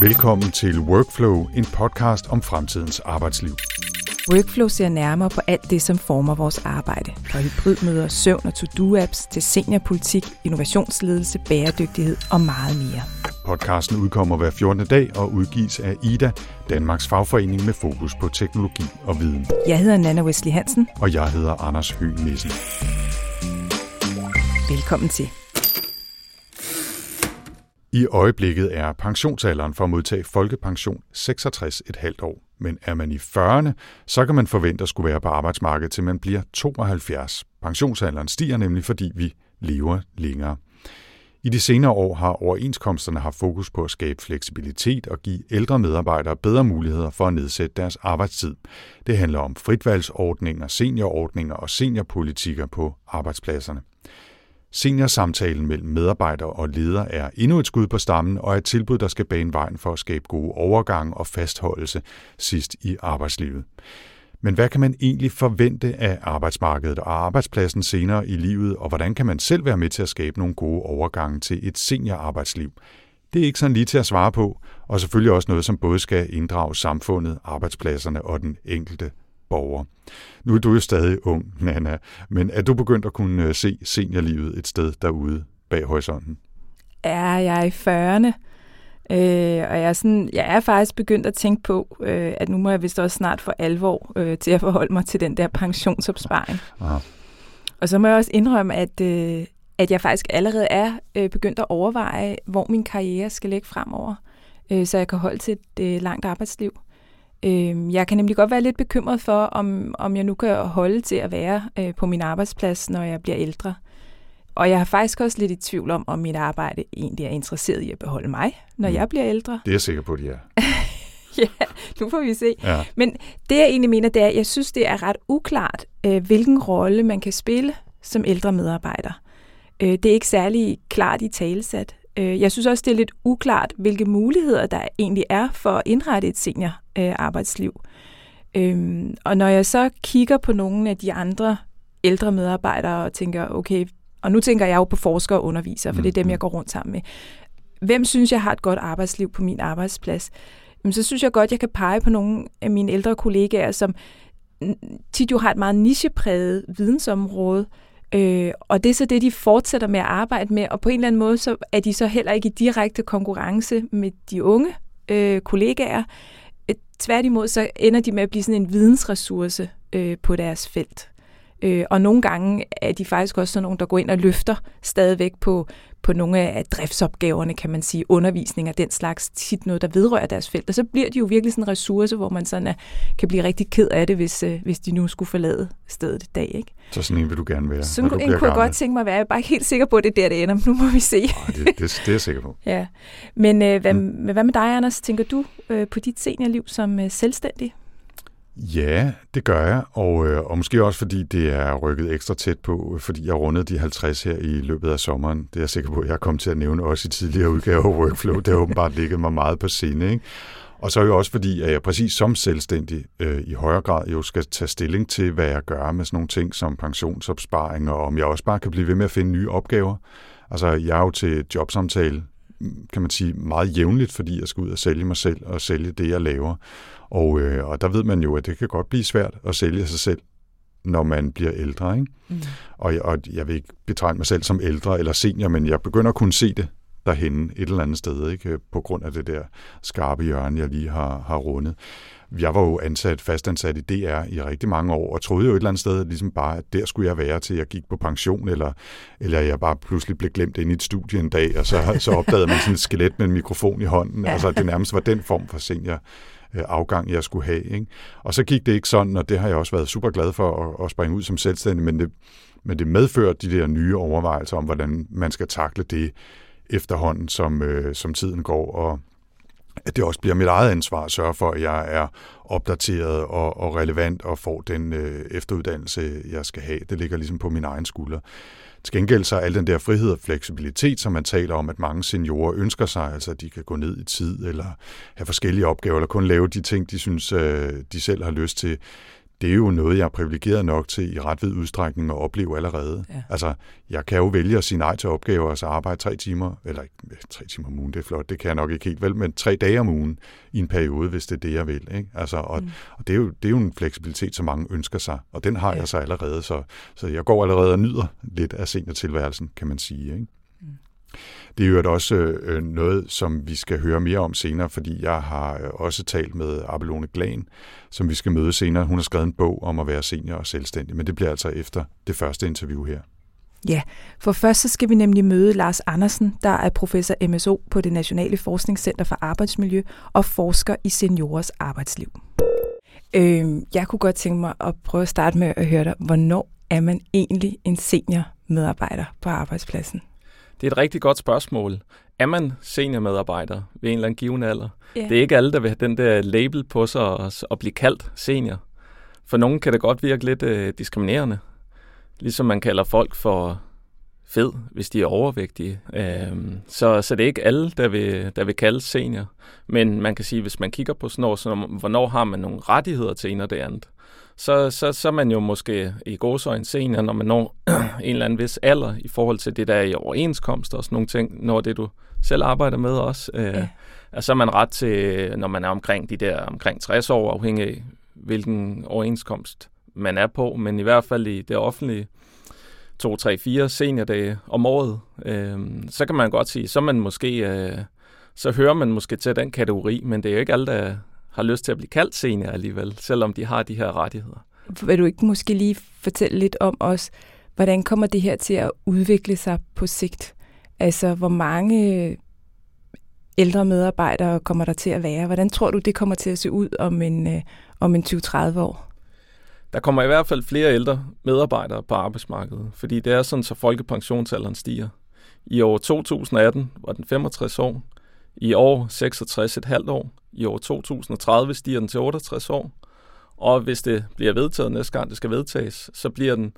Velkommen til Workflow, en podcast om fremtidens arbejdsliv. Workflow ser nærmere på alt det, som former vores arbejde. Fra hybridmøder, søvn og to-do-apps til seniorpolitik, innovationsledelse, bæredygtighed og meget mere. Podcasten udkommer hver 14. dag og udgives af IDA, Danmarks fagforening med fokus på teknologi og viden. Jeg hedder Nanna Wesley Hansen. Og jeg hedder Anders Høgh Nissen. Velkommen til. I øjeblikket er pensionsalderen for at modtage folkepension 66,5 år. Men er man i 40'erne, så kan man forvente at skulle være på arbejdsmarkedet til man bliver 72. Pensionsalderen stiger nemlig, fordi vi lever længere. I de senere år har overenskomsterne haft fokus på at skabe fleksibilitet og give ældre medarbejdere bedre muligheder for at nedsætte deres arbejdstid. Det handler om fritvalgsordninger, seniorordninger og seniorpolitikker på arbejdspladserne. Seniorsamtalen mellem medarbejdere og ledere er endnu et skud på stammen og er et tilbud, der skal bane vejen for at skabe gode overgange og fastholdelse sidst i arbejdslivet. Men hvad kan man egentlig forvente af arbejdsmarkedet og arbejdspladsen senere i livet, og hvordan kan man selv være med til at skabe nogle gode overgange til et seniorarbejdsliv? Det er ikke sådan lige til at svare på, og selvfølgelig også noget, som både skal inddrage samfundet, arbejdspladserne og den enkelte borger. Nu er du jo stadig ung, Nanna, men er du begyndt at kunne se seniorlivet et sted derude bag horisonten? Jeg er i 40'erne, og jeg er faktisk begyndt at tænke på, at nu må jeg vist også snart for alvor til at forholde mig til den der pensionsopsparing. Aha. Og så må jeg også indrømme, at jeg faktisk allerede er begyndt at overveje, hvor min karriere skal ligge fremover, så jeg kan holde til et langt arbejdsliv. Jeg kan nemlig godt være lidt bekymret for, om jeg nu kan holde til at være på min arbejdsplads, når jeg bliver ældre. Og jeg er faktisk også lidt i tvivl om mit arbejde egentlig er interesseret i at beholde mig, når jeg bliver ældre. Det er jeg sikker på, at det er. Ja, nu får vi se. Ja. Men det jeg egentlig mener, det er, at jeg synes, det er ret uklart, hvilken rolle man kan spille som ældre medarbejder. Det er ikke særlig klart i talesat. Jeg synes også, det er lidt uklart, hvilke muligheder der egentlig er for at indrette et seniorarbejdsliv. Og når jeg så kigger på nogle af de andre ældre medarbejdere og tænker, okay, og nu tænker jeg jo på forskere og undervisere, for det er dem, jeg går rundt sammen med. Hvem synes, jeg har et godt arbejdsliv på min arbejdsplads? Så synes jeg godt, jeg kan pege på nogle af mine ældre kollegaer, som tit jo har et meget nichepræget vidensområde, og det er så det, de fortsætter med at arbejde med, og på en eller anden måde, så er de så heller ikke i direkte konkurrence med de unge kollegaer. Tværtimod, så ender de med at blive sådan en vidensressource på deres felt. Og nogle gange er de faktisk også sådan nogle, der går ind og løfter stadigvæk på nogle af driftsopgaverne, kan man sige, undervisning og den slags, tit noget, der vedrører deres felt. Og så bliver de jo virkelig sådan en ressource, hvor man sådan kan blive rigtig ked af det, hvis de nu skulle forlade stedet et dag, ikke? Så sådan en vil du gerne være, sådan når du bliver gammel. Kunne jeg godt tænke mig at være. Jeg er bare ikke helt sikker på, at det er der, det ender, men nu må vi se. Det er jeg sikker på. Ja. Men hvad med dig, Anders? Tænker du på dit seniorliv som selvstændig? Ja, det gør jeg, og måske også fordi det er rykket ekstra tæt på, fordi jeg rundede de 50 her i løbet af sommeren. Det er jeg sikker på, at jeg kom til at nævne også i tidligere udgaver af Workflow. Det har åbenbart ligget mig meget på sinde, ikke? Og så er jo også fordi, at jeg præcis som selvstændig i højere grad jo skal tage stilling til, hvad jeg gør med sådan nogle ting som pensionsopsparing, og om jeg også bare kan blive ved med at finde nye opgaver. Altså, jeg er jo til jobsamtale, kan man sige, meget jævnligt, fordi jeg skal ud og sælge mig selv og sælge det, jeg laver. Og der ved man jo, at det kan godt blive svært at sælge sig selv, når man bliver ældre, ikke? Mm. Og jeg vil ikke betegne mig selv som ældre eller senior, men jeg begynder at kunne se det derhenne et eller andet sted, ikke? På grund af det der skarpe hjørne, jeg lige har rundet. Jeg var jo fastansat i DR i rigtig mange år, og troede jo et eller andet sted, ligesom bare, at der skulle jeg være til jeg gik på pension, eller jeg bare pludselig blev glemt ind i et studie en dag, og så opdagede man sådan et skelet med en mikrofon i hånden. Ja. Altså det nærmest var den form for senior afgang, jeg skulle have, ikke? Og så gik det ikke sådan, og det har jeg også været super glad for at springe ud som selvstændig, men det medfører de der nye overvejelser om, hvordan man skal takle det efterhånden, som tiden går, og at det også bliver mit eget ansvar at sørge for, at jeg er opdateret og relevant og får den efteruddannelse, jeg skal have. Det ligger ligesom på mine egne skuldre. Til gengæld så al den der frihed og fleksibilitet, som man taler om, at mange seniorer ønsker sig, altså at de kan gå ned i tid eller have forskellige opgaver, eller kun lave de ting, de synes, de selv har lyst til, det er jo noget, jeg er privilegeret nok til i ret vid udstrækning at opleve allerede. Ja. Altså, jeg kan jo vælge at sige nej til opgaver, og så arbejde 3 timer, eller 3 timer om ugen, det er flot, det kan jeg nok ikke helt vel, men 3 dage om ugen i en periode, hvis det er det, jeg vil. Ikke? Altså, og det er jo en fleksibilitet, som mange ønsker sig, og den har jeg så allerede, så jeg går allerede og nyder lidt af seniortilværelsen, kan man sige. Ikke? Det er jo også noget, som vi skal høre mere om senere, fordi jeg har også talt med Abelone Glan, som vi skal møde senere. Hun har skrevet en bog om at være senior og selvstændig, men det bliver altså efter det første interview her. Ja, for først så skal vi nemlig møde Lars Andersen, der er professor MSO på det Nationale Forskningscenter for Arbejdsmiljø og forsker i seniorers arbejdsliv. Jeg kunne godt tænke mig at prøve at starte med at høre dig, hvornår er man egentlig en seniormedarbejder på arbejdspladsen? Det er et rigtig godt spørgsmål. Er man seniormedarbejder ved en eller anden given alder? Yeah. Det er ikke alle, der vil have den der label på sig og blive kaldt senior. For nogen kan det godt virke lidt diskriminerende. Ligesom man kalder folk for fed, hvis de er overvægtige. Så det er ikke alle, der vil kaldes senior. Men man kan sige, hvis man kigger på sådan noget, så hvornår har man nogle rettigheder til en og det andet, så er man jo måske i gåseøjne senior, når man når en eller anden vis alder i forhold til det, der er i overenskomster og sådan nogle ting, når det du selv arbejder med også. Så er man ret til, når man er omkring 60 år, afhængig af hvilken overenskomst man er på, men i hvert fald i det offentlige 2, 3, 4 seniordage om året, så kan man godt sige, så hører man måske til den kategori, men det er jo ikke alle, der har lyst til at blive kaldt senior alligevel, selvom de har de her rettigheder. Vil du ikke måske lige fortælle lidt om os, hvordan kommer det her til at udvikle sig på sigt? Altså, hvor mange ældre medarbejdere kommer der til at være? Hvordan tror du, det kommer til at se ud om en 20-30 år? Der kommer i hvert fald flere ældre medarbejdere på arbejdsmarkedet, fordi det er sådan, så folkepensionsalderen stiger. I år 2018 var den 65 år, i år 66,5 år, i år 2030 stiger den til 68 år, og hvis det bliver vedtaget næste gang, det skal vedtages, så bliver den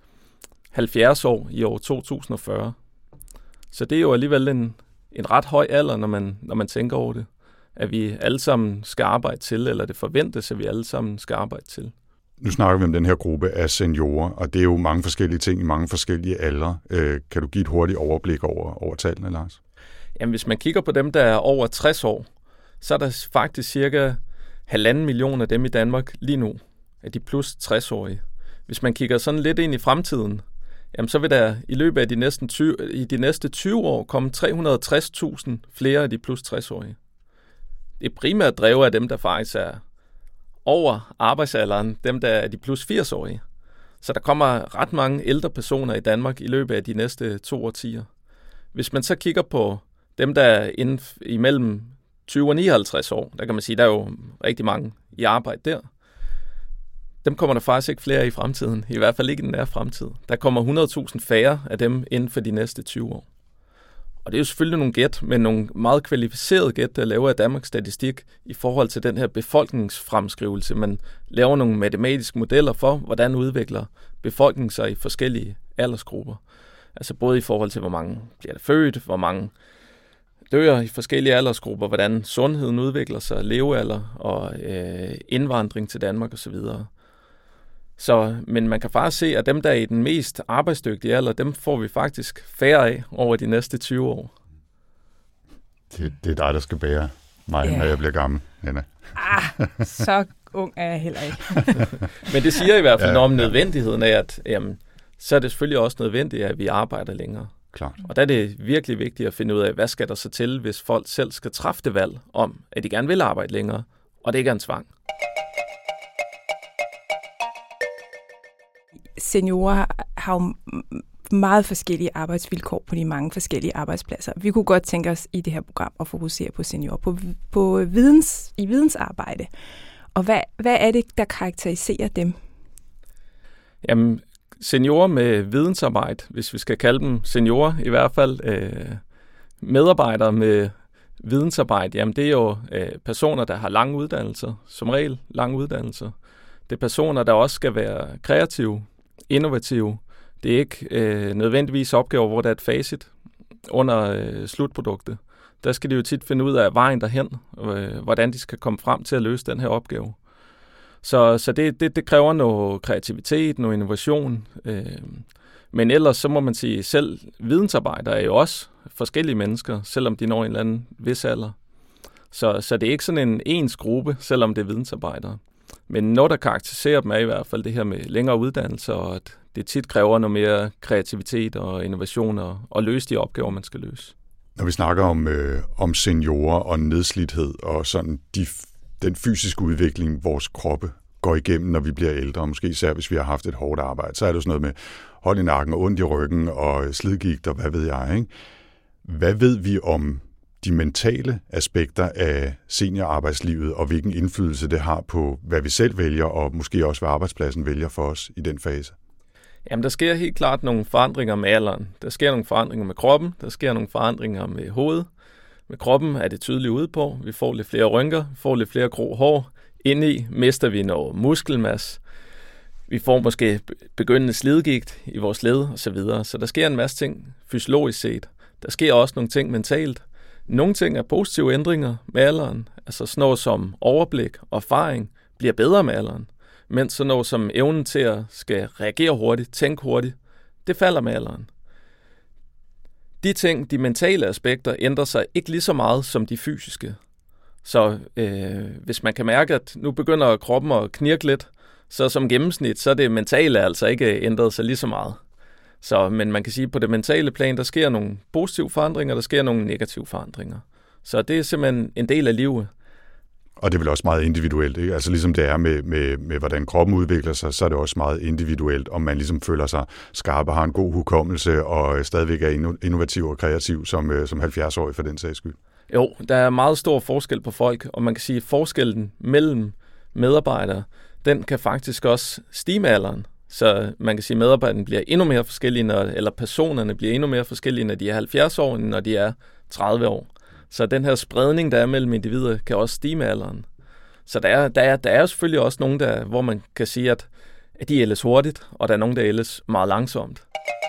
70 år i år 2040. Så det er jo alligevel en ret høj alder, når man tænker over det, at vi alle sammen skal arbejde til, eller det forventes, at vi alle sammen skal arbejde til. Nu snakker vi om den her gruppe af seniorer, og det er jo mange forskellige ting i mange forskellige aldre. Kan du give et hurtigt overblik over tallene, Lars? Jamen, hvis man kigger på dem, der er over 60 år, så er der faktisk cirka 1,5 million af dem i Danmark lige nu, af de plus 60-årige. Hvis man kigger sådan lidt ind i fremtiden, jamen så vil der i løbet af de næste 20 år komme 360.000 flere af de plus 60-årige. Det er primært drevet af dem, der faktisk er over arbejdsalderen, dem der er de plus 80-årige. Så der kommer ret mange ældre personer i Danmark i løbet af de næste 2 årtier. Hvis man så kigger på dem, der er imellem 20 og 59 år, der kan man sige, der er jo rigtig mange i arbejde der. Dem kommer der faktisk ikke flere i fremtiden, i hvert fald ikke i den nære fremtid. Der kommer 100.000 færre af dem inden for de næste 20 år. Og det er jo selvfølgelig nogle gæt, men nogle meget kvalificerede gæt, der laver af Danmarks Statistik i forhold til den her befolkningsfremskrivelse. Man laver nogle matematiske modeller for, hvordan udvikler befolkningen sig i forskellige aldersgrupper. Altså både i forhold til, hvor mange bliver der født, hvor mange dør i forskellige aldersgrupper, hvordan sundheden udvikler sig, levealder og indvandring til Danmark osv. Men man kan faktisk se, at dem, der er i den mest arbejdsdygtige alder, dem får vi faktisk færre af over de næste 20 år. Det er dig, der skal bære mig, når jeg bliver gammel, Anna. Så ung er jeg heller ikke. Men det siger i hvert fald noget om nødvendigheden af, at så er det selvfølgelig også nødvendigt, at vi arbejder længere. Klart. Og der er det virkelig vigtigt at finde ud af, hvad skal der så til, hvis folk selv skal træffe det valg om, at de gerne vil arbejde længere, og det ikke er en tvang. Seniorer har jo meget forskellige arbejdsvilkår på de mange forskellige arbejdspladser. Vi kunne godt tænke os i det her program at fokusere på seniorer, på vidensarbejde. Og hvad er det, der karakteriserer dem? Jamen, seniorer med vidensarbejde, hvis vi skal kalde dem seniorer i hvert fald, medarbejdere med vidensarbejde, jamen det er jo personer, der har lange uddannelser, som regel lange uddannelser. Det er personer, der også skal være kreative, innovative. Det er ikke nødvendigvis opgaver, hvor der er et facit under slutproduktet. Der skal de jo tit finde ud af vejen derhen, hvordan de skal komme frem til at løse den her opgave. Så det kræver noget kreativitet, noget innovation. Men ellers så må man sige, selv vidensarbejdere er jo også forskellige mennesker, selvom de når en eller anden vis alder. Så det er ikke sådan en ens gruppe, selvom det er vidensarbejdere. Men noget, der karakteriserer dem, er i hvert fald det her med længere uddannelse, og at det tit kræver noget mere kreativitet og innovation og løse de opgaver, man skal løse. Når vi snakker om seniorer og nedslidthed og sådan den fysiske udvikling, vores kroppe går igennem, når vi bliver ældre, og måske især hvis vi har haft et hårdt arbejde, så er det jo sådan noget med hold i nakken og ondt i ryggen og slidgigt og hvad ved jeg, ikke? Hvad ved vi om de mentale aspekter af seniorarbejdslivet, og hvilken indflydelse det har på, hvad vi selv vælger, og måske også, hvad arbejdspladsen vælger for os i den fase? Jamen, der sker helt klart nogle forandringer med alderen. Der sker nogle forandringer med kroppen, der sker nogle forandringer med hovedet. Med kroppen er det tydeligt ude på. Vi får lidt flere rynker, får lidt flere grå hår. Indeni mister vi noget muskelmasse. Vi får måske begyndende slidgigt i vores led osv. Så der sker en masse ting fysiologisk set. Der sker også nogle ting mentalt. Nogle ting er positive ændringer med alderen. Altså sådan noget som overblik og erfaring bliver bedre med alderen. Mens sådan noget som evnen til at skal reagere hurtigt, tænke hurtigt, det falder med alderen. De ting, de mentale aspekter, ændrer sig ikke lige så meget som de fysiske. Så hvis man kan mærke, at nu begynder kroppen at knirke lidt, så som gennemsnit, så er det mentale altså ikke ændret sig lige så meget. Men man kan sige, at på det mentale plan, der sker nogle positive forandringer, der sker nogle negative forandringer. Så det er simpelthen en del af livet. Og det er vel også meget individuelt, ikke? Altså ligesom det er med hvordan kroppen udvikler sig, så er det også meget individuelt, om man ligesom føler sig skarp og har en god hukommelse, og stadigvæk er innovativ og kreativ som 70-årig for den sags skyld. Jo, der er meget stor forskel på folk, og man kan sige, at forskellen mellem medarbejdere, den kan faktisk også stige med alderen. Så man kan sige, at medarbejderne bliver endnu mere forskellige, eller personerne bliver endnu mere forskellige, når de er 70 år, end når de er 30 år. Så den her spredning, der er mellem individer, kan også stige med alderen. Så der er selvfølgelig også nogen, hvor man kan sige, at de ældes hurtigt, og der er nogen, der ældes meget langsomt.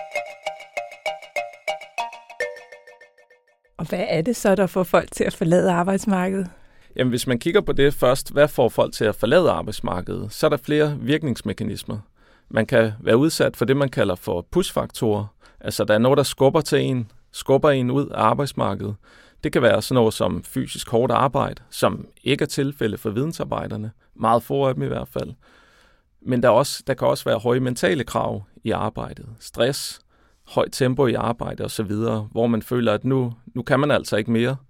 Og hvad er det så, der får folk til at forlade arbejdsmarkedet? Jamen, hvis man kigger på det først, hvad får folk til at forlade arbejdsmarkedet, så er der flere virkningsmekanismer. Man kan være udsat for det, man kalder for push-faktorer. Altså, der er noget, der skubber en ud af arbejdsmarkedet. Det kan være sådan noget som fysisk hårdt arbejde, som ikke er tilfælde for vidensarbejderne. Meget få af dem i hvert fald. Men der kan også være høje mentale krav i arbejdet. Stress, højt tempo i arbejde osv., hvor man føler, at nu kan man altså ikke mere.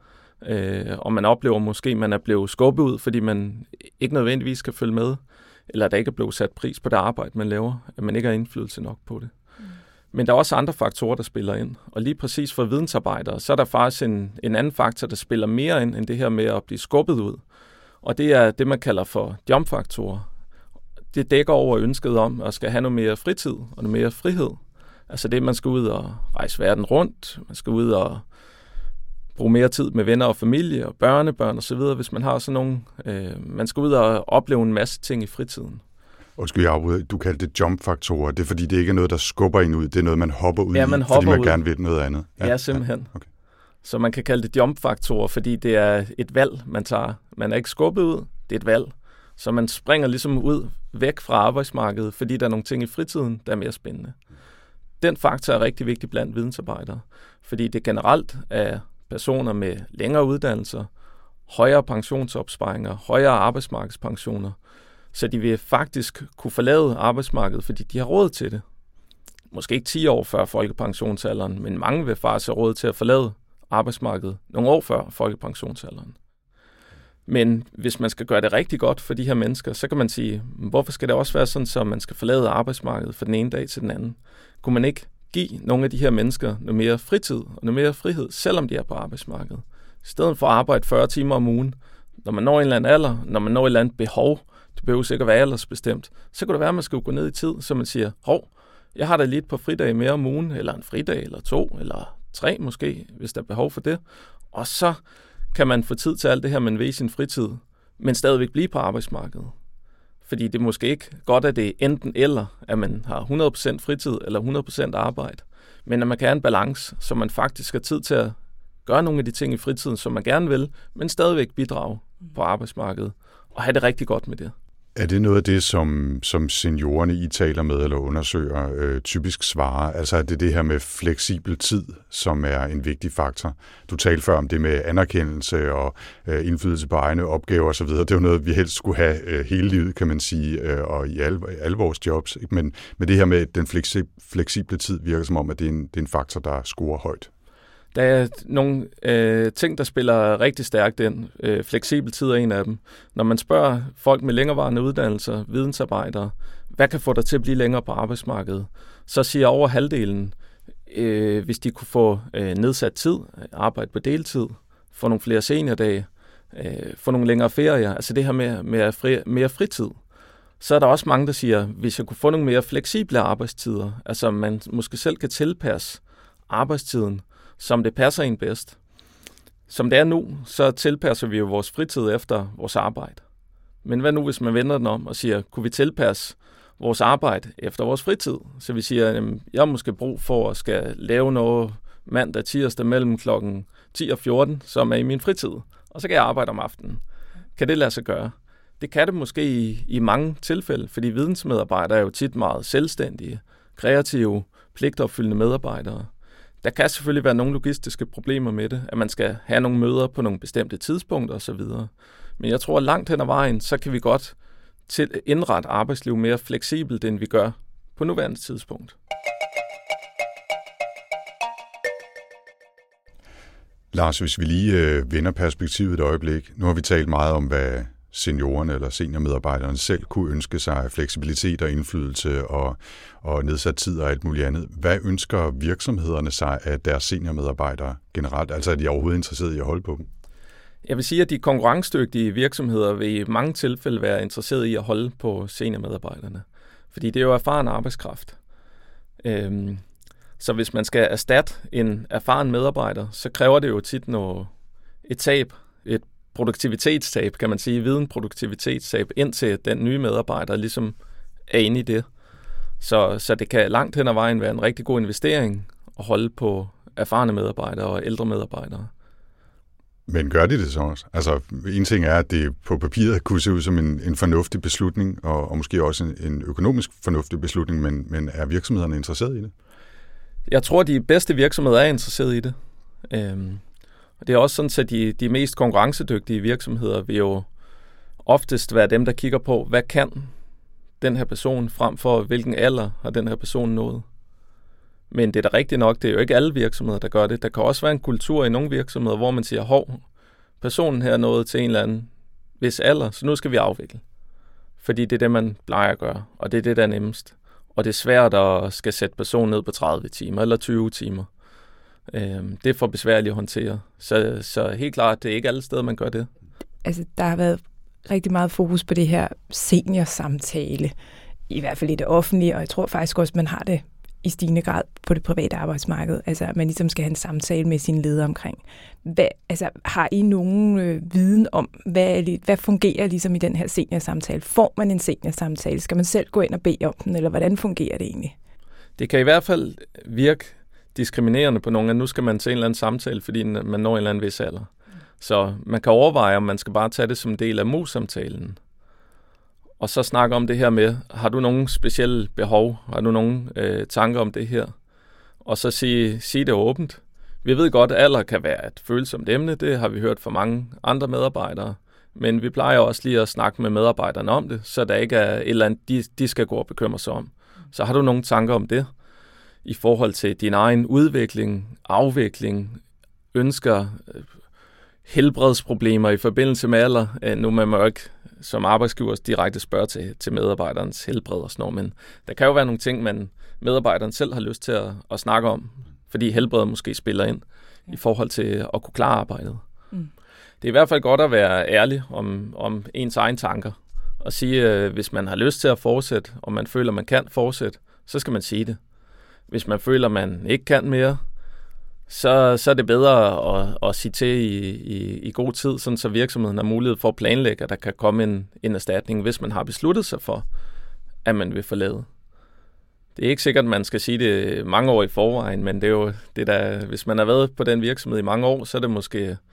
Og man oplever måske, at man er blevet skubbet ud, fordi man ikke nødvendigvis kan følge med, eller at der ikke er blevet sat pris på det arbejde, man laver, at man ikke har indflydelse nok på det. Men der er også andre faktorer, der spiller ind. Og lige præcis for vidensarbejdere, så er der faktisk en anden faktor, der spiller mere ind, end det her med at blive skubbet ud. Og det er det, man kalder for jump-faktorer. Det dækker over ønsket om at skal have noget mere fritid og noget mere frihed. Altså det, man skal ud og rejse verden rundt, man skal ud og bruge mere tid med venner og familie og børnebørn osv., hvis man har sådan nogle. Man skal ud og opleve en masse ting i fritiden. Du kaldte det jump-faktorer. Det er fordi, det ikke er noget, der skubber en ud. Det er noget, man hopper ud man i, fordi man gerne vil noget andet. Ja, simpelthen. Ja. Okay. Så man kan kalde det jump-faktorer, fordi det er et valg, man tager. Man er ikke skubbet ud, det er et valg. Så man springer ligesom ud væk fra arbejdsmarkedet, fordi der er nogle ting i fritiden, der er mere spændende. Den faktor er rigtig vigtig blandt vidensarbejdere, fordi det generelt er personer med længere uddannelser, højere pensionsopsparinger, højere arbejdsmarkedspensioner, så de vil faktisk kunne forlade arbejdsmarkedet, fordi de har råd til det. Måske ikke 10 år før folkepensionsalderen, men mange vil faktisk have råd til at forlade arbejdsmarkedet nogle år før folkepensionsalderen. Men hvis man skal gøre det rigtig godt for de her mennesker, så kan man sige, hvorfor skal det også være sådan, så man skal forlade arbejdsmarkedet fra den ene dag til den anden? Kunne man ikke give nogle af de her mennesker noget mere fritid og noget mere frihed, selvom de er på arbejdsmarkedet? I stedet for at arbejde 40 timer om ugen, når man når en eller anden alder, når man når et eller andet behov, det behøver sikkert være aldersbestemt, så kunne det være, at man skal gå ned i tid, så man siger, jeg har da lige et par fridage mere om ugen, eller en fridag, eller 2, eller 3 måske, hvis der er behov for det. Og så kan man få tid til alt det her, man vil i sin fritid, men stadigvæk blive på arbejdsmarkedet. Fordi det er måske ikke godt, at det er enten eller, at man har 100% fritid eller 100% arbejde, men at man kan have en balance, så man faktisk har tid til at gøre nogle af de ting i fritiden, som man gerne vil, men stadigvæk bidrage på arbejdsmarkedet og have det rigtig godt med det. Er det noget af det, som seniorerne I taler med eller undersøger typisk svarer? Altså er det her med fleksibel tid, som er en vigtig faktor? Du talte før om det med anerkendelse og indflydelse på egne opgaver osv. Det er jo noget, vi helst skulle have hele livet, kan man sige, og i alle vores jobs. Men det her med den fleksible tid virker som om, at det er en faktor, der scorer højt. Der er nogle ting, der spiller rigtig stærkt ind. Fleksibel tid er en af dem. Når man spørger folk med længerevarende uddannelser, vidensarbejdere, hvad kan få dig til at blive længere på arbejdsmarkedet, så siger over halvdelen, hvis de kunne få nedsat tid, arbejde på deltid, få nogle flere seniordage, få nogle længere ferier, altså det her med mere fritid. Så er der også mange, der siger, hvis jeg kunne få nogle mere fleksible arbejdstider, altså man måske selv kan tilpasse arbejdstiden, som det passer en bedst. Som det er nu, så tilpasser vi jo vores fritid efter vores arbejde. Men hvad nu, hvis man vender den om og siger, kunne vi tilpasse vores arbejde efter vores fritid? Så vi siger, jeg har måske brug for at skal lave noget mandag, tirsdag mellem klokken 10 og 14, som er i min fritid. Og så kan jeg arbejde om aftenen. Kan det lade sig gøre? Det kan det måske i mange tilfælde, fordi vidensmedarbejdere er jo tit meget selvstændige, kreative, pligtopfyldende medarbejdere. Der kan selvfølgelig være nogle logistiske problemer med det, at man skal have nogle møder på nogle bestemte tidspunkter osv. Men jeg tror, at langt hen ad vejen, så kan vi godt indrette arbejdsliv mere fleksibelt, end vi gør på nuværende tidspunkt. Lars, hvis vi lige vender perspektivet et øjeblik. Nu har vi talt meget om, hvad seniorerne eller seniormedarbejderne selv kunne ønske sig fleksibilitet og indflydelse og nedsat tid og alt muligt andet. Hvad ønsker virksomhederne sig af deres seniormedarbejdere generelt? Altså er de overhovedet interesserede i at holde på dem? Jeg vil sige, at de konkurrencedygtige virksomheder vil i mange tilfælde være interesserede i at holde på seniormedarbejderne. Fordi det er jo erfaren arbejdskraft. Så hvis man skal erstatte en erfaren medarbejder, så kræver det jo tit et tab, et produktivitetstab, kan man sige, videnproduktivitetstab, indtil den nye medarbejder ligesom er inde i det. Så det kan langt hen ad vejen være en rigtig god investering at holde på erfarne medarbejdere og ældre medarbejdere. Men gør de det så også? Altså, en ting er, at det på papiret kunne se ud som en fornuftig beslutning, og måske også en økonomisk fornuftig beslutning, men er virksomhederne interesseret i det? Jeg tror, de bedste virksomheder er interesseret i det. Og det er også sådan, at de mest konkurrencedygtige virksomheder vil jo oftest være dem, der kigger på, hvad kan den her person, frem for hvilken alder har den her person nået. Men det er da rigtigt nok, det er jo ikke alle virksomheder, der gør det. Der kan også være en kultur i nogle virksomheder, hvor man siger, hov, personen her er nået til en eller anden vis alder, så nu skal vi afvikle. Fordi det er det, man plejer at gøre, og det er det, der er nemmest. Og det er svært at skal sætte personen ned på 30 timer eller 20 timer. Det er for besværligt at håndtere. Så helt klart, det er ikke alle steder, man gør det. Altså, der har været rigtig meget fokus på det her seniorsamtale, i hvert fald i det offentlige, og jeg tror faktisk også, man har det i stigende grad på det private arbejdsmarked. Altså, at man ligesom skal have en samtale med sin leder omkring. Har I nogen viden om, hvad fungerer ligesom i den her seniorsamtale? Får man en seniorsamtale? Skal man selv gå ind og bede om den, eller hvordan fungerer det egentlig? Det kan i hvert fald virke diskriminerende på nogen, at nu skal man til en eller anden samtale, fordi man når en eller anden vis alder. Så man kan overveje, om man skal bare tage det som en del af MOS-samtalen. Og så snakke om det her med, har du nogle specielle behov? Har du nogle tanker om det her? Og så sige det åbent. Vi ved godt, at alder kan være et følsomt emne. Det har vi hørt fra mange andre medarbejdere. Men vi plejer også lige at snakke med medarbejderne om det, så der ikke er et eller andet, de skal gå og bekymre sig om. Så har du nogle tanker om det? I forhold til din egen udvikling, afvikling, ønsker, helbredsproblemer i forbindelse med alder. Nu må man jo ikke som arbejdsgiver direkte spørge til medarbejderens helbred og sådan noget, men der kan jo være nogle ting, medarbejderen selv har lyst til at snakke om, fordi helbredet måske spiller ind i forhold til at kunne klare arbejdet. Mm. Det er i hvert fald godt at være ærlig om ens egne tanker, og sige, hvis man har lyst til at fortsætte, og man føler, man kan fortsætte, så skal man sige det. Hvis man føler, man ikke kan mere, så er det bedre at sige til i god tid, sådan så virksomheden har mulighed for at planlægge, at der kan komme en erstatning, hvis man har besluttet sig for, at man vil forlade. Det er ikke sikkert, at man skal sige det mange år i forvejen, men det er jo det der, hvis man har været på den virksomhed i mange år, så er det måske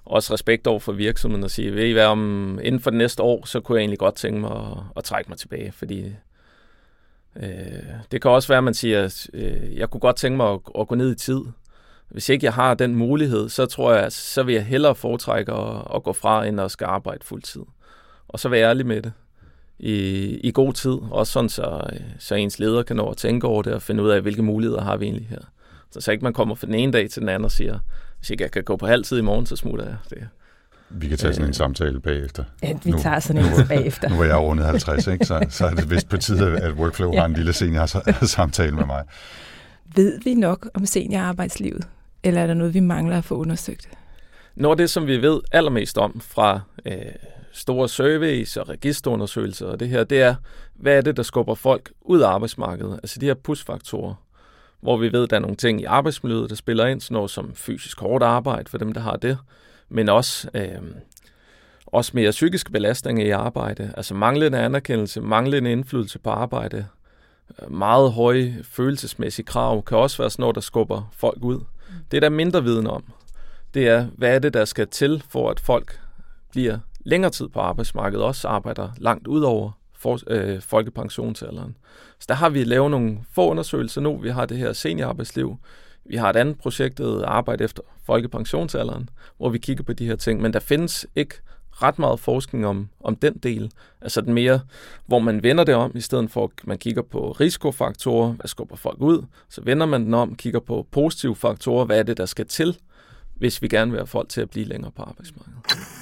også respekt over for virksomheden og sige, ved I hvad, om inden for det næste år, så kunne jeg egentlig godt tænke mig at trække mig tilbage, fordi det kan også være, at man siger, jeg kunne godt tænke mig at gå ned i tid. Hvis ikke jeg har den mulighed, så tror jeg, så vil jeg hellere foretrække at gå fra, end at skal arbejde fuldtid. Og så være ærlig med det i god tid, også sådan, så ens leder kan nå at tænke over det og finde ud af, hvilke muligheder har vi egentlig her. Så ikke man kommer fra den ene dag til den anden og siger, hvis ikke jeg kan gå på halvtid i morgen, så smutter jeg det. Vi kan tage sådan en samtale bagefter. Ja, vi tager sådan en bagefter. Nu er jeg rundet 50, ikke? Så er det vist på tide, at Workflow har en lille senior-samtale med mig. Ved vi nok om seniorarbejdslivet, eller er der noget, vi mangler at få undersøgt? Noget af det, som vi ved allermest om fra store surveys og registerundersøgelser og det her, det er, hvad er det, der skubber folk ud af arbejdsmarkedet? Altså de her push-faktorer, hvor vi ved, at der er nogle ting i arbejdsmiljøet, der spiller ind, sådan noget som fysisk hårdt arbejde for dem, der har det, men også mere psykiske belastninger i arbejde, altså manglende anerkendelse, manglende indflydelse på arbejde, meget høje følelsesmæssige krav, kan også være sådan noget, der skubber folk ud. Det er der mindre viden om. Det er, hvad er det, der skal til, for at folk bliver længere tid på arbejdsmarkedet, også arbejder langt ud over folkepensionsalderen. Så der har vi lavet nogle få undersøgelser nu. Vi har det her seniorarbejdsliv. Vi har et andet projekt, der arbejder efter folkepensionsalderen, hvor vi kigger på de her ting. Men der findes ikke ret meget forskning om den del. Altså den mere, hvor man vender det om, i stedet for at man kigger på risikofaktorer, hvad skubber folk ud, så vender man den om, kigger på positive faktorer, hvad er det, der skal til, hvis vi gerne vil have folk til at blive længere på arbejdsmarkedet.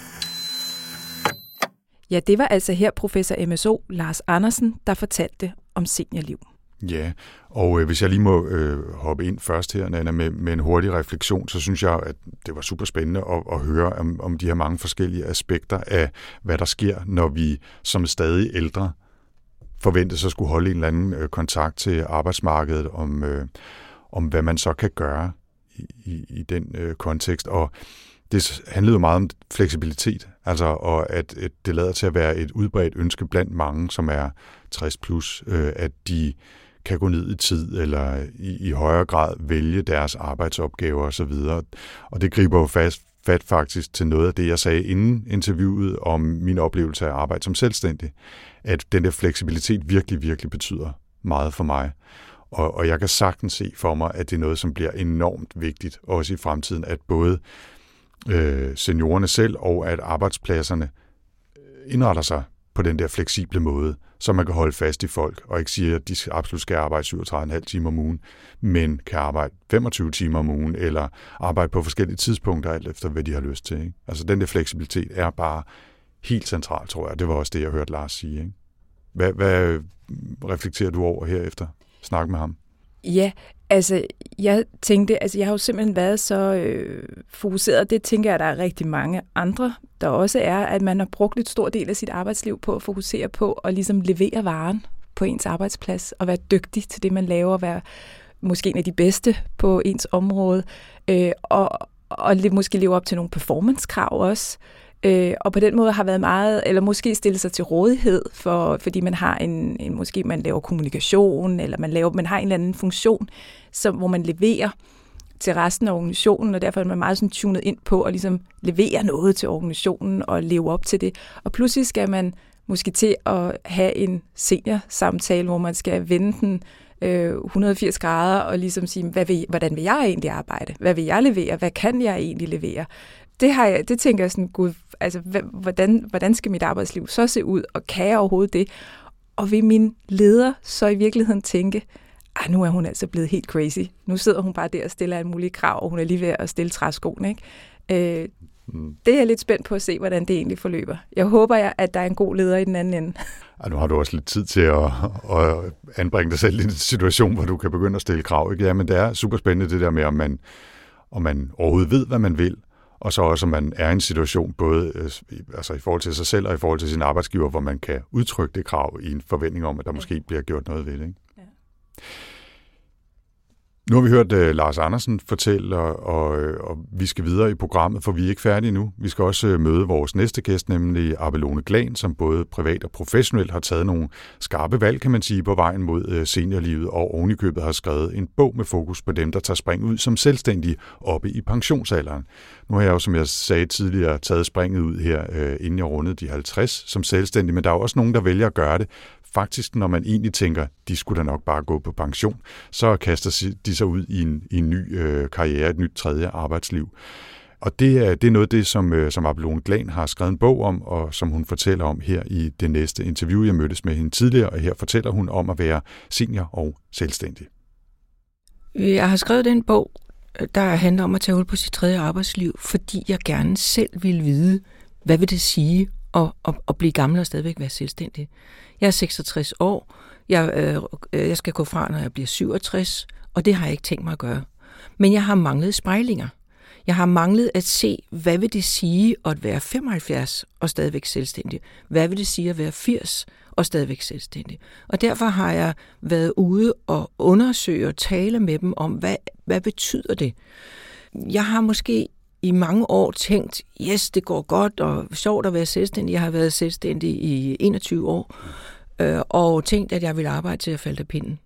Ja, det var altså her professor MSO Lars Andersen, der fortalte om seniorliv. Ja, og hvis jeg lige må hoppe ind først her, Nanna, med en hurtig refleksion, så synes jeg, at det var super spændende at høre om de her mange forskellige aspekter af, hvad der sker, når vi som stadig ældre forventes at skulle holde en eller anden kontakt til arbejdsmarkedet, om hvad man så kan gøre i den kontekst. Og det handlede jo meget om fleksibilitet, altså, og at det lader til at være et udbredt ønske blandt mange, som er 60 plus, at de kan gå ned i tid, eller i højere grad vælge deres arbejdsopgaver osv. Og det griber jo fat faktisk til noget af det, jeg sagde inden interviewet om min oplevelse af arbejde som selvstændig, at den der fleksibilitet virkelig, virkelig betyder meget for mig. Og jeg kan sagtens se for mig, at det er noget, som bliver enormt vigtigt, også i fremtiden, at både seniorerne selv og at arbejdspladserne indretter sig på den der fleksible måde, så man kan holde fast i folk, og ikke sige, at de absolut skal arbejde 37,5 timer om ugen, men kan arbejde 25 timer om ugen, eller arbejde på forskellige tidspunkter, alt efter hvad de har lyst til. Ikke? Altså den der fleksibilitet er bare helt central, tror jeg. Det var også det, jeg hørte Lars sige. Ikke? Hvad reflekterer du over herefter? Snak med ham. Ja, altså jeg tænkte, jeg har jo simpelthen været så fokuseret, det tænker jeg, der er rigtig mange andre, der også er, at man har brugt et stor del af sit arbejdsliv på at fokusere på at ligesom levere varen på ens arbejdsplads, og være dygtig til det, man laver, og være måske en af de bedste på ens område, og måske leve op til nogle performance-krav også. Og på den måde har været meget, eller måske stille sig til rådighed, fordi man har måske man laver kommunikation, eller man har en eller anden funktion, hvor man leverer til resten af organisationen, og derfor er man meget sådan tunet ind på at ligesom levere noget til organisationen og leve op til det. Og pludselig skal man måske til at have en seniorsamtale, hvor man skal vende den 180 grader og ligesom sige, hvordan vil jeg egentlig arbejde? Hvad vil jeg levere? Hvad kan jeg egentlig levere? Det tænker jeg sådan, gud, altså hvordan skal mit arbejdsliv så se ud, og kan jeg overhovedet det? Og vil min leder så i virkeligheden tænke, nu er hun altså blevet helt crazy. Nu sidder hun bare der og stiller alle mulige krav, og hun er lige ved at stille træskoene, ikke? Det er jeg lidt spændt på at se, hvordan det egentlig forløber. Jeg håber, at der er en god leder i den anden ende. Nu har du også lidt tid til at anbringe dig selv i en situation, hvor du kan begynde at stille krav. Ikke? Ja, men det er super spændende det der med, om man overhovedet ved, hvad man vil, og så også, om man er i en situation, både altså i forhold til sig selv og i forhold til sin arbejdsgiver, hvor man kan udtrykke det krav i en forventning om, at der måske bliver gjort noget ved det. Ikke? Ja. Nu har vi hørt Lars Andersen fortælle, og vi skal videre i programmet, for vi er ikke færdige nu. Vi skal også møde vores næste gæst, nemlig Abelone Glahn, som både privat og professionelt har taget nogle skarpe valg, kan man sige, på vejen mod seniorlivet, og ovenikøbet har skrevet en bog med fokus på dem, der tager spring ud som selvstændige oppe i pensionsalderen. Nu har jeg jo, som jeg sagde tidligere, taget springet ud her, inden jeg rundede de 50 som selvstændig, men der er jo også nogen, der vælger at gøre det. Faktisk, når man egentlig tænker, de skulle da nok bare gå på pension, så kaster de sig ud i en ny karriere, et nyt tredje arbejdsliv. Og det er noget af det, som Abelone Glahn har skrevet en bog om, og som hun fortæller om her i det næste interview. Jeg mødtes med hende tidligere, og her fortæller hun om at være senior og selvstændig. Jeg har skrevet den bog, der handler om at tage hul på sit tredje arbejdsliv, fordi jeg gerne selv vil vide, hvad vil det sige at blive gammel og stadigvæk være selvstændig. Jeg er 66 år, jeg skal gå fra, når jeg bliver 67, og det har jeg ikke tænkt mig at gøre. Men jeg har manglet spejlinger. Jeg har manglet at se, hvad vil det sige at være 75 og stadigvæk selvstændig? Hvad vil det sige at være 80 og stadigvæk selvstændig? Og derfor har jeg været ude og undersøge og tale med dem om, hvad betyder det? Jeg har måske i mange år tænkt, yes, det går godt og sjovt at være selvstændig. Jeg har været selvstændig i 21 år og tænkt, at jeg ville arbejde til at falde af pinden.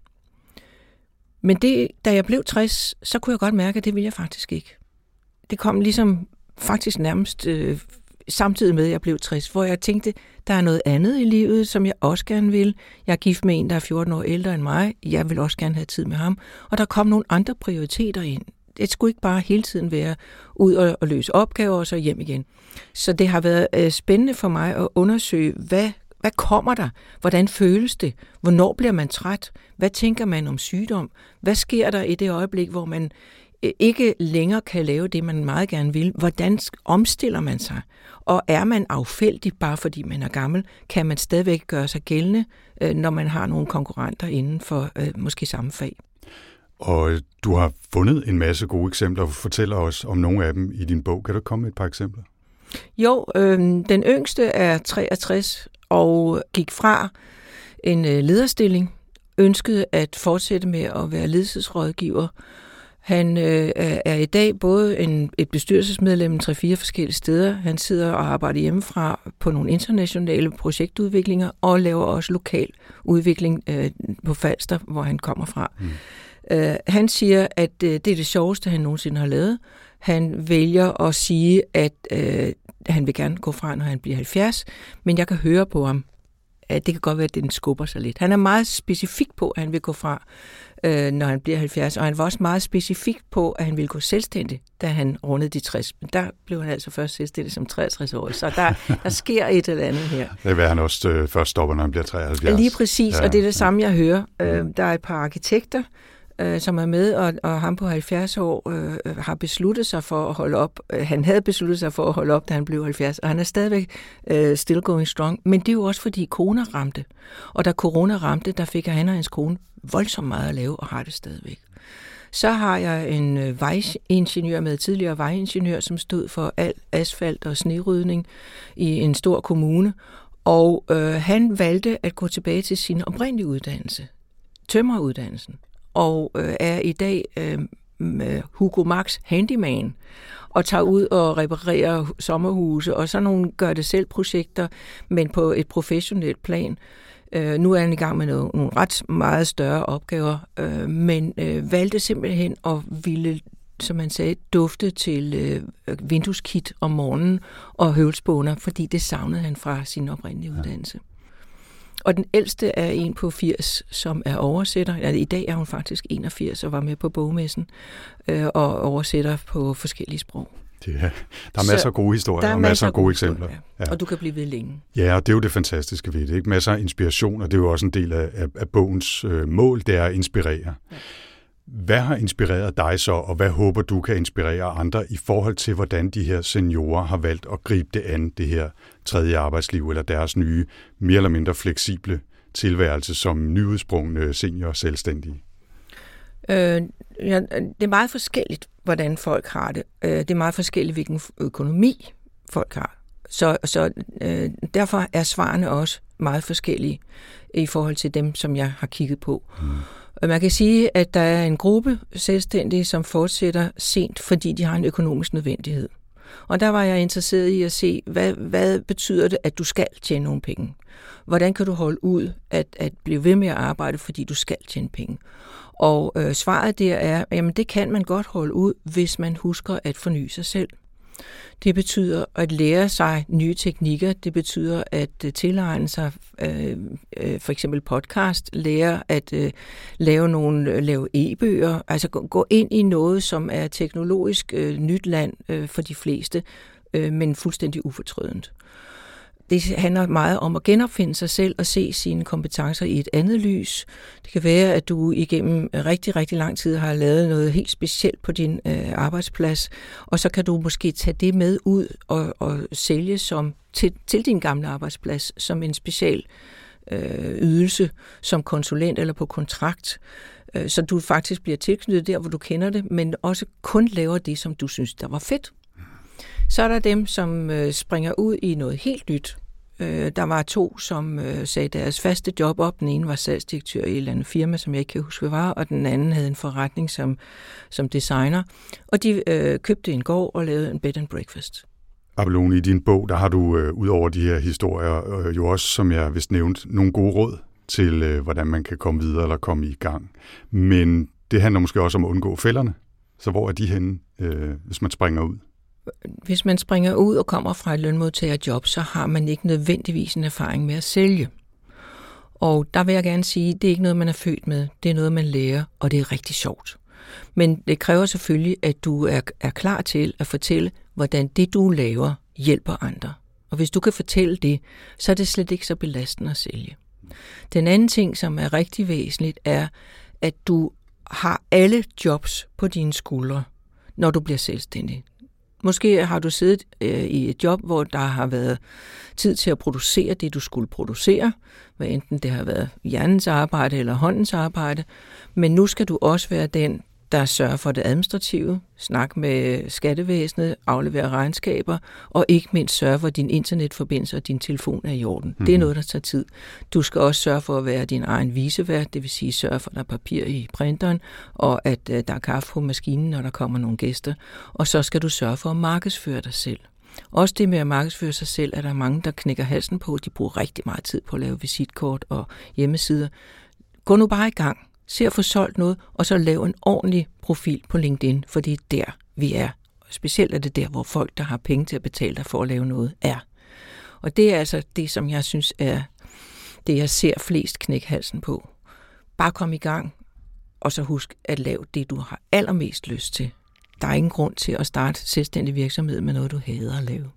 Men da jeg blev 60, så kunne jeg godt mærke, at det ville jeg faktisk ikke. Det kom ligesom faktisk nærmest samtidig med, at jeg blev 60, hvor jeg tænkte, der er noget andet i livet, som jeg også gerne vil. Jeg er gift med en, der er 14 år ældre end mig. Jeg vil også gerne have tid med ham. Og der kom nogle andre prioriteter ind. Det skulle ikke bare hele tiden være ud og løse opgaver og så hjem igen. Så det har været spændende for mig at undersøge, hvad kommer der? Hvordan føles det? Hvornår bliver man træt? Hvad tænker man om sygdom? Hvad sker der i det øjeblik, hvor man ikke længere kan lave det, man meget gerne vil? Hvordan omstiller man sig? Og er man affældig, bare fordi man er gammel? Kan man stadigvæk gøre sig gældende, når man har nogle konkurrenter inden for måske samme fag? Og du har fundet en masse gode eksempler, og fortæller os om nogle af dem i din bog. Kan du komme med et par eksempler? Jo, den yngste er 63 og gik fra en lederstilling, ønskede at fortsætte med at være ledelsesrådgiver. Han er i dag både et bestyrelsesmedlem 3-4 forskellige steder. Han sidder og arbejder hjemmefra på nogle internationale projektudviklinger og laver også lokal udvikling på Falster, hvor han kommer fra. Han siger, at det er det sjoveste, han nogensinde har lavet. Han vælger at sige, at han vil gerne gå fra, når han bliver 70, men jeg kan høre på ham, at det kan godt være, at den skubber sig lidt. Han er meget specifik på, at han vil gå fra, når han bliver 70, og han var også meget specifik på, at han ville gå selvstændig, da han rundede de 60. Men der blev han altså først selvstændig som 63-årig, så der sker et eller andet her. Det vil han også først stoppe, når han bliver 73. Lige præcis, ja. Og det er det samme, jeg hører. Der er et par arkitekter, som er med, og ham på 70 år har besluttet sig for at holde op. Han havde besluttet sig for at holde op, da han blev 70, og han er stadigvæk still going strong. Men det er jo også, fordi corona ramte. Og da corona ramte, der fik han og hans kone voldsomt meget at lave, og har det stadigvæk. Så har jeg en vejingeniør med, tidligere vejingeniør, som stod for al asfalt og snerydning i en stor kommune, og han valgte at gå tilbage til sin oprindelige uddannelse, tømreruddannelsen, og er i dag Hugo Max handyman, og tager ud og reparerer sommerhuse, og sådan nogle gør det selv projekter, men på et professionelt plan. Nu er han i gang med nogle ret meget større opgaver, men valgte simpelthen at ville, som man sagde, dufte til vindueskit om morgenen og høvlspåner, fordi det savnede han fra sin oprindelige uddannelse. Og den ældste er en på 80, som er oversætter. Ja, i dag er hun faktisk 81 og var med på bogmessen og oversætter på forskellige sprog. Der er masser af gode historier og masser af gode eksempler. Ja. Og du kan blive ved længe. Ja, og det er jo det fantastiske ved det. Ikke? Masser af inspiration, og det er jo også en del af bogens mål, det er at inspirere. Ja. Hvad har inspireret dig så, og hvad håber du kan inspirere andre i forhold til, hvordan de her seniorer har valgt at gribe det an, det her tredje arbejdsliv, eller deres nye, mere eller mindre fleksible tilværelse som nyudsprungne senior selvstændige? Det er meget forskelligt, hvordan folk har det. Det er meget forskelligt, hvilken økonomi folk har. Så derfor er svarene også meget forskellige i forhold til dem, som jeg har kigget på. Man kan sige, at der er en gruppe selvstændige, som fortsætter sent, fordi de har en økonomisk nødvendighed. Og der var jeg interesseret i at se, hvad betyder det, at du skal tjene nogle penge? Hvordan kan du holde ud at blive ved med at arbejde, fordi du skal tjene penge? Og svaret der er, jamen det kan man godt holde ud, hvis man husker at forny sig selv. Det betyder at lære sig nye teknikker. Det betyder at tilegne sig for eksempel podcast, lære at lave e-bøger, altså gå ind i noget, som er teknologisk nyt land for de fleste, men fuldstændig ufortrødent. Det handler meget om at genopfinde sig selv og se sine kompetencer i et andet lys. Det kan være, at du igennem rigtig, rigtig lang tid har lavet noget helt specielt på din arbejdsplads, og så kan du måske tage det med ud og sælge til din gamle arbejdsplads som en special ydelse, som konsulent eller på kontrakt, så du faktisk bliver tilknyttet der, hvor du kender det, men også kun laver det, som du synes, der var fedt. Så er der dem, som springer ud i noget helt nyt. Der var 2, som sagde deres faste job op. Den ene var salgsdirektør i et eller andet firma, som jeg ikke kan huske, hvad var, og den anden havde en forretning som designer. Og de købte en gård og lavede en bed and breakfast. Abelone, i din bog, der har du ud over de her historier jo også, som jeg vist nævnte, nogle gode råd til, hvordan man kan komme videre eller komme i gang. Men det handler måske også om at undgå fælderne. Så hvor er de henne, hvis man springer ud? Hvis man springer ud og kommer fra et lønmodtagerjob, så har man ikke nødvendigvis en erfaring med at sælge. Og der vil jeg gerne sige, at det er ikke noget, man er født med. Det er noget, man lærer, og det er rigtig sjovt. Men det kræver selvfølgelig, at du er klar til at fortælle, hvordan det, du laver, hjælper andre. Og hvis du kan fortælle det, så er det slet ikke så belastende at sælge. Den anden ting, som er rigtig væsentligt, er, at du har alle jobs på dine skuldre, når du bliver selvstændig. Måske har du siddet i et job, hvor der har været tid til at producere det, du skulle producere, hvad enten det har været hjernens arbejde eller håndens arbejde, men nu skal du også være den, der sørger for det administrative, snakke med skattevæsenet, aflevere regnskaber, og ikke mindst sørge for, at din internetforbindelse og din telefon er i orden. Det er noget, der tager tid. Du skal også sørge for at være din egen vicevært, det vil sige sørge for, at der er papir i printeren, og at der er kaffe på maskinen, når der kommer nogle gæster. Og så skal du sørge for at markedsføre dig selv. Også det med at markedsføre sig selv, er der mange, der knækker halsen på. De bruger rigtig meget tid på at lave visitkort og hjemmesider. Gå nu bare i gang. Se at få solgt noget, og så lave en ordentlig profil på LinkedIn, for det er der, vi er. Specielt er det der, hvor folk, der har penge til at betale dig for at lave noget, er. Og det er altså det, som jeg synes er det, jeg ser flest knække halsen på. Bare kom i gang, og så husk at lave det, du har allermest lyst til. Der er ingen grund til at starte selvstændig virksomhed med noget, du hader at lave.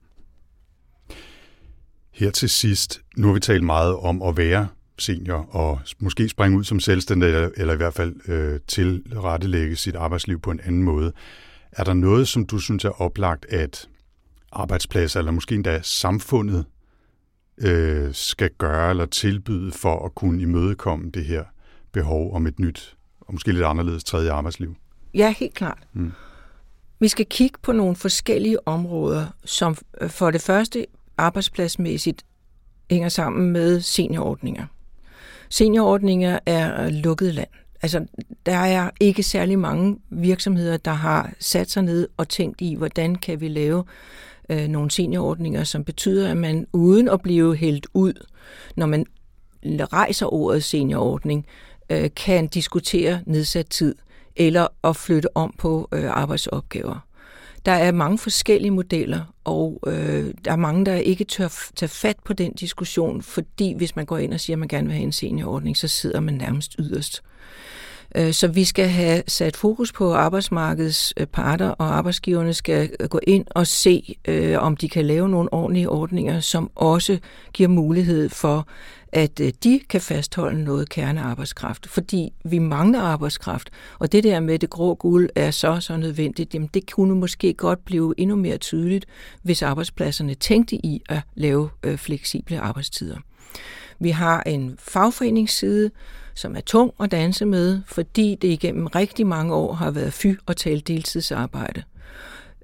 Her til sidst, nu har vi talt meget om at være senior og måske springe ud som selvstændig, eller i hvert fald tilrettelægge sit arbejdsliv på en anden måde. Er der noget, som du synes er oplagt, at arbejdspladser, eller måske endda samfundet, skal gøre eller tilbyde for at kunne imødekomme det her behov om et nyt, og måske lidt anderledes tredje arbejdsliv? Ja, helt klart. Vi skal kigge på nogle forskellige områder, som for det første arbejdspladsmæssigt hænger sammen med seniorordninger. Seniorordninger er lukket land. Altså, der er ikke særlig mange virksomheder, der har sat sig ned og tænkt i, hvordan kan vi lave nogle seniorordninger, som betyder, at man uden at blive hældt ud, når man rejser ordet seniorordning, kan diskutere nedsat tid eller at flytte om på arbejdsopgaver. Der er mange forskellige modeller, og der er mange, der ikke tør tage fat på den diskussion, fordi hvis man går ind og siger, at man gerne vil have en seniorordning, så sidder man nærmest yderst. Så vi skal have sat fokus på arbejdsmarkedets parter, og arbejdsgiverne skal gå ind og se, om de kan lave nogle ordentlige ordninger, som også giver mulighed for, at de kan fastholde noget kernearbejdskraft, fordi vi mangler arbejdskraft, og det der med det grå guld er så nødvendigt, jamen det kunne måske godt blive endnu mere tydeligt, hvis arbejdspladserne tænkte i at lave fleksible arbejdstider. Vi har en fagforeningsside, som er tung at danse med, fordi det igennem rigtig mange år har været at tale deltidsarbejde.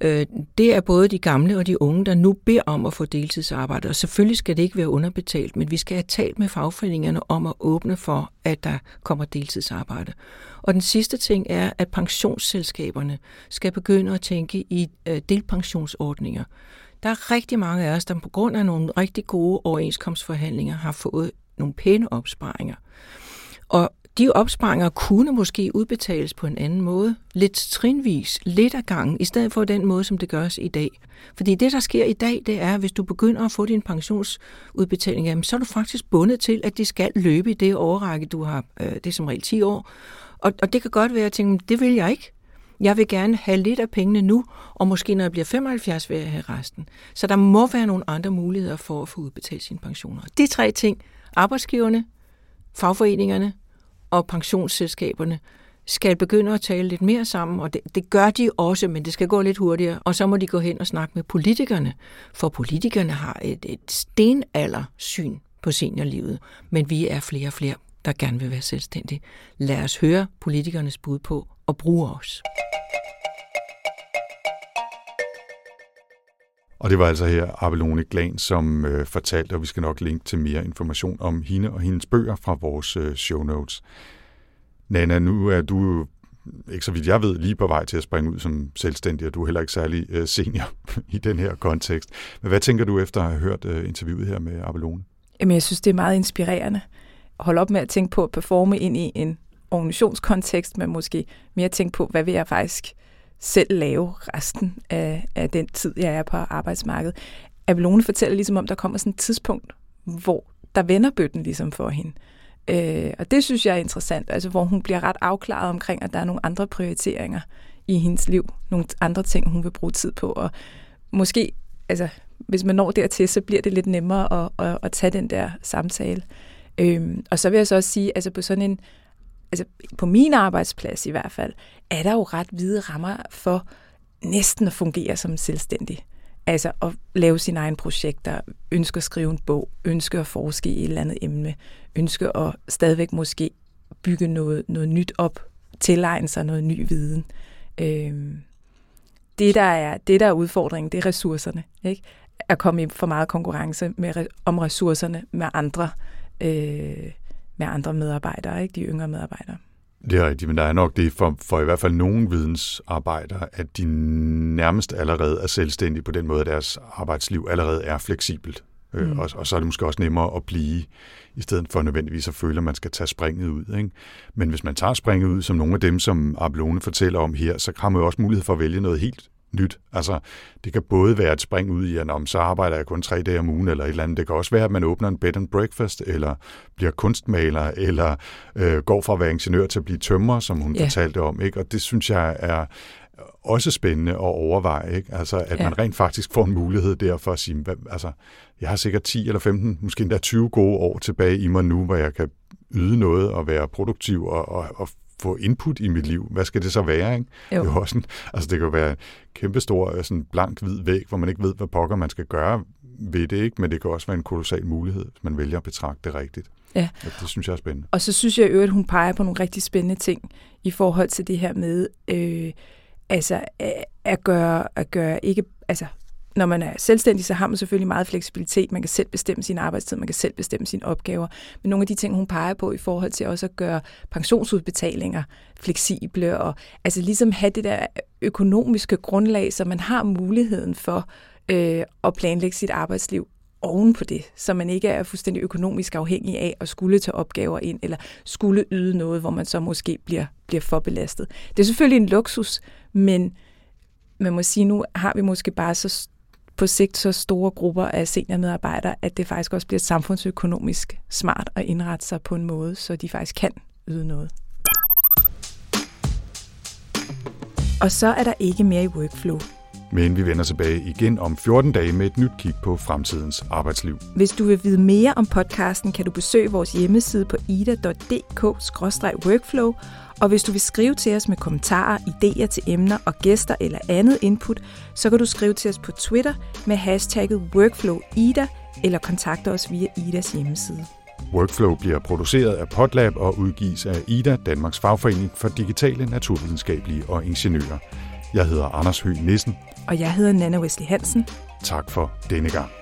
Det er både de gamle og de unge, der nu beder om at få deltidsarbejde, og selvfølgelig skal det ikke være underbetalt, men vi skal have talt med fagforeningerne om at åbne for, at der kommer deltidsarbejde. Og den sidste ting er, at pensionsselskaberne skal begynde at tænke i delpensionsordninger. Der er rigtig mange af os, der på grund af nogle rigtig gode overenskomstforhandlinger har fået nogle pæne opsparinger. Og de opsparinger kunne måske udbetales på en anden måde, lidt trinvis, lidt ad gangen, i stedet for den måde, som det gøres i dag. Fordi det, der sker i dag, det er, at hvis du begynder at få din pensionsudbetaling, jamen, så er du faktisk bundet til, at de skal løbe i det årrække, du har. Det er som regel 10 år. Og det kan godt være, at jeg tænker, det vil jeg ikke. Jeg vil gerne have lidt af pengene nu, og måske når jeg bliver 75, vil jeg have resten. Så der må være nogle andre muligheder for at få udbetalt sine pensioner. De 3 ting, arbejdsgiverne, fagforeningerne og pensionsselskaberne, skal begynde at tale lidt mere sammen, og det gør de også, men det skal gå lidt hurtigere, og så må de gå hen og snakke med politikerne, for politikerne har et stenaldersyn på seniorlivet, men vi er flere og flere, der gerne vil være selvstændige. Lad os høre politikernes bud på og bruge os. Og det var altså her Abelone Glahn, som fortalte, og vi skal nok linke til mere information om hende og hendes bøger fra vores show notes. Nanna, nu er du, ikke så vidt jeg ved, lige på vej til at springe ud som selvstændig, og du er heller ikke særlig senior i den her kontekst. Men hvad tænker du efter at have hørt interviewet her med Abelone? Jamen, jeg synes, det er meget inspirerende. Hold op med at tænke på at performe ind i en organisationskontekst, men måske mere tænke på, hvad vil jeg faktisk selv lave resten af den tid, jeg er på arbejdsmarkedet. Abelone fortæller ligesom om, der kommer sådan et tidspunkt, hvor der vender bøtten ligesom for hende. Og det synes jeg er interessant, altså hvor hun bliver ret afklaret omkring, at der er nogle andre prioriteringer i hendes liv, nogle andre ting, hun vil bruge tid på, og måske, altså hvis man når dertil, så bliver det lidt nemmere at tage den der samtale. Og så vil jeg så også sige, altså på sådan en, altså på min arbejdsplads i hvert fald, er der jo ret vide rammer for næsten at fungere som selvstændig. Altså at lave sine egne projekter, ønske at skrive en bog, ønske at forske i et eller andet emne, ønske at stadigvæk måske bygge noget nyt op, tilegne sig noget ny viden. Det, der er udfordringen, det er ressourcerne. Ikke? At komme i for meget konkurrence om ressourcerne med andre medarbejdere, ikke? De yngre medarbejdere. Det er rigtigt, men der er nok det for i hvert fald nogle vidensarbejdere, at de nærmest allerede er selvstændige på den måde, at deres arbejdsliv allerede er fleksibelt. Og så er det måske også nemmere at blive, i stedet for nødvendigvis at føle, at man skal tage springet ud. Ikke? Men hvis man tager springet ud, som nogle af dem, som Abelone fortæller om her, så har man jo også mulighed for at vælge noget helt nyt. Altså, det kan både være et spring ud i, at så arbejder jeg kun 3 dage om ugen, eller et eller andet. Det kan også være, at man åbner en bed and breakfast, eller bliver kunstmaler, eller går fra at være ingeniør til at blive tømrer, som hun fortalte om. Ikke? Og det synes jeg er også spændende at overveje. Ikke? Altså, at man rent faktisk får en mulighed der for at sige, altså, jeg har sikkert 10 eller 15, måske endda 20 gode år tilbage i mig nu, hvor jeg kan yde noget og være produktiv og få input i mit liv. Hvad skal det så være? Ikke? Det er jo også altså det kan jo være en kæmpestor sådan blank hvid væg, hvor man ikke ved, hvad pokker man skal gøre ved det, ikke? Men det kan også være en kolossal mulighed, hvis man vælger at betragte det rigtigt. Ja. Det synes jeg er spændende. Og så synes jeg at hun peger på nogle rigtig spændende ting i forhold til det her med at gøre ikke, altså når man er selvstændig, så har man selvfølgelig meget fleksibilitet. Man kan selv bestemme sin arbejdstid, man kan selv bestemme sine opgaver. Men nogle af de ting, hun peger på i forhold til også at gøre pensionsudbetalinger fleksible, og altså ligesom have det der økonomiske grundlag, så man har muligheden for at planlægge sit arbejdsliv oven på det, så man ikke er fuldstændig økonomisk afhængig af at skulle tage opgaver ind, eller skulle yde noget, hvor man så måske bliver for belastet. Det er selvfølgelig en luksus, men man må sige, nu har vi måske bare så på sigt så store grupper af seniormedarbejdere, at det faktisk også bliver samfundsøkonomisk smart at indrette sig på en måde, så de faktisk kan yde noget. Og så er der ikke mere i Workflow. Men vi vender tilbage igen om 14 dage med et nyt kig på fremtidens arbejdsliv. Hvis du vil vide mere om podcasten, kan du besøge vores hjemmeside på ida.dk/workflow. Og hvis du vil skrive til os med kommentarer, idéer til emner og gæster eller andet input, så kan du skrive til os på Twitter med hashtagget WorkflowIda eller kontakte os via Idas hjemmeside. Workflow bliver produceret af Podlab og udgives af Ida, Danmarks fagforening for digitale, naturvidenskabelige og ingeniører. Jeg hedder Anders Høgh Nissen. Og jeg hedder Nanna Wesley Hansen. Tak for denne gang.